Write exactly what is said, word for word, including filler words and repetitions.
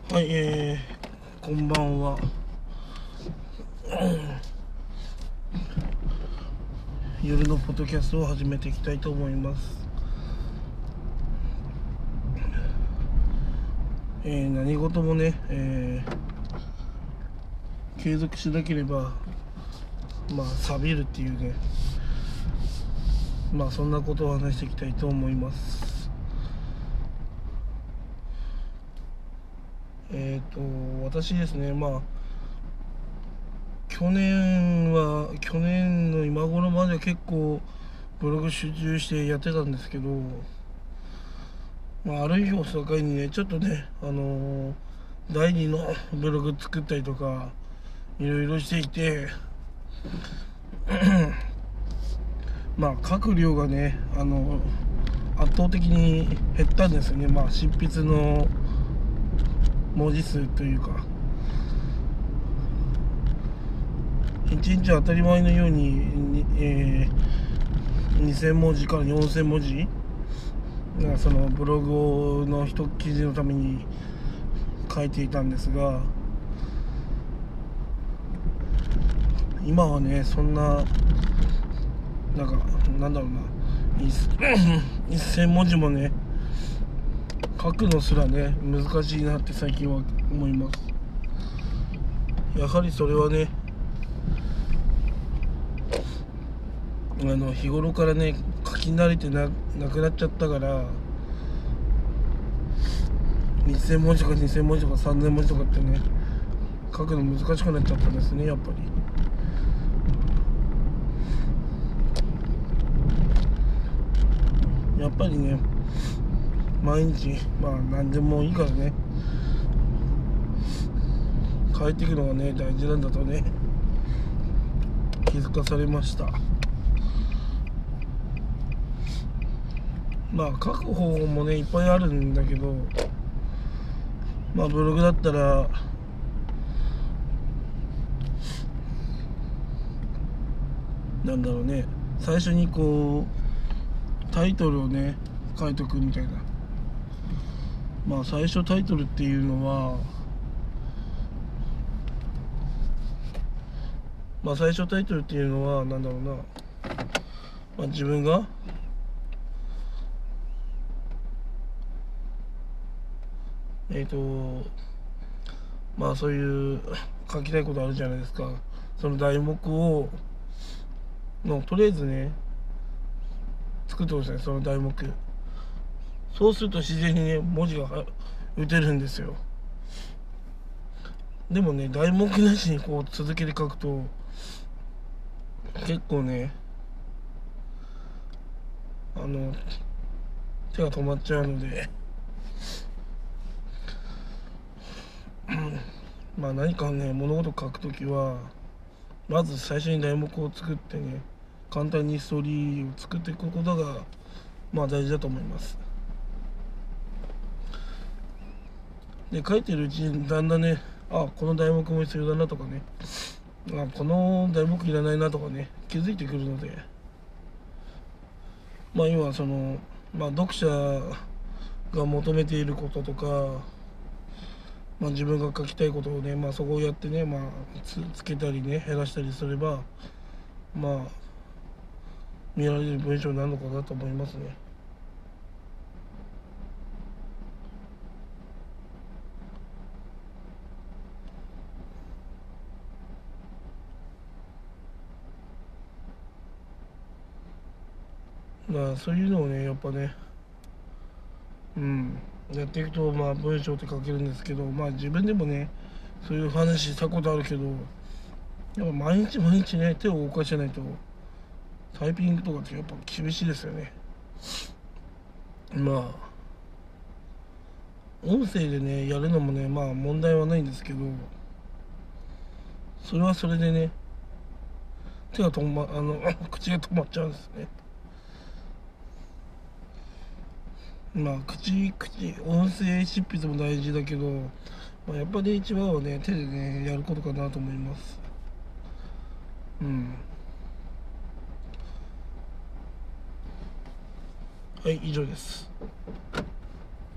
はい、えー、こんばんは。夜のポッドキャストを始めていきたいと思います。えー、何事もね、えー、継続しなければ、まあ、錆びるっていうね、まあ、そんなことを話していきたいと思います。えっ、ー、と、私ですね、まあ、去年は、去年の今頃まで結構、ブログ集中してやってたんですけど、まあ、ある日を境にね、ちょっとね、あのー、だいにのブログ作ったりとか、いろいろしていて、まあ、書く量がね、あのー、圧倒的に減ったんですよね。まあ、執筆の文字数というか、いちにち当たり前のように、えー、にせんもじからよんせんもじ、なんかそのブログの一記事のために書いていたんですが、今はね、そんななんかなんだろうなせんもじもね書くのすらね難しいなって最近は思います。やはりそれはね、あの日頃からね書き慣れて な, なくなっちゃったから、せんもじとかにせんもじとかさんぜんもじとかってね書くの難しくなっちゃったんですね、やっぱり。やっぱりね、毎日まあ何でもいいからね変えていくのがね大事なんだとね気づかされました。まあ書く方法もねいっぱいあるんだけど、まあブログだったらなんだろうね、最初にこうタイトルをね書いとくみたいな。まあ最初タイトルっていうのはまあ最初タイトルっていうのはなんだろうな、まあ、自分がえっ、ー、とまあそういう書きたいことあるじゃないですか。その題目をのとりあえずね作ってほしいね、その題目。そうすると自然にね文字が打てるんですよ。でもね題目なしにこう続けて書くと結構ねあの手が止まっちゃうのでまあ何かね物事書くときはまず最初に題目を作ってね簡単にストーリーを作っていくことがまあ大事だと思います。で書いてるうちにだんだんね、あこの題目も必要だなとかね、あこの題目いらないなとかね気づいてくるので、まあ今そのまあ読者が求めていることとか、まあ、自分が書きたいことをね、まあ、そこをやってね、まあ、つ, つけたりね減らしたりすればまあ見られる文章になるのかなと思いますね。まあそういうのをねやっぱねうんやっていくとまあ文章って書けるんですけど、まあ自分でもねそういう話したことあるけど、やっぱ毎日毎日ね手を動かしてないとタイピングとかってやっぱ厳しいですよね。まあ音声でねやるのもねまあ問題はないんですけど、それはそれでね手が止まあの口が止まっちゃうんですね。まあ口口音声執筆も大事だけど、まあ、やっぱり一番はね手でねやることかなと思います。うんはい、以上です。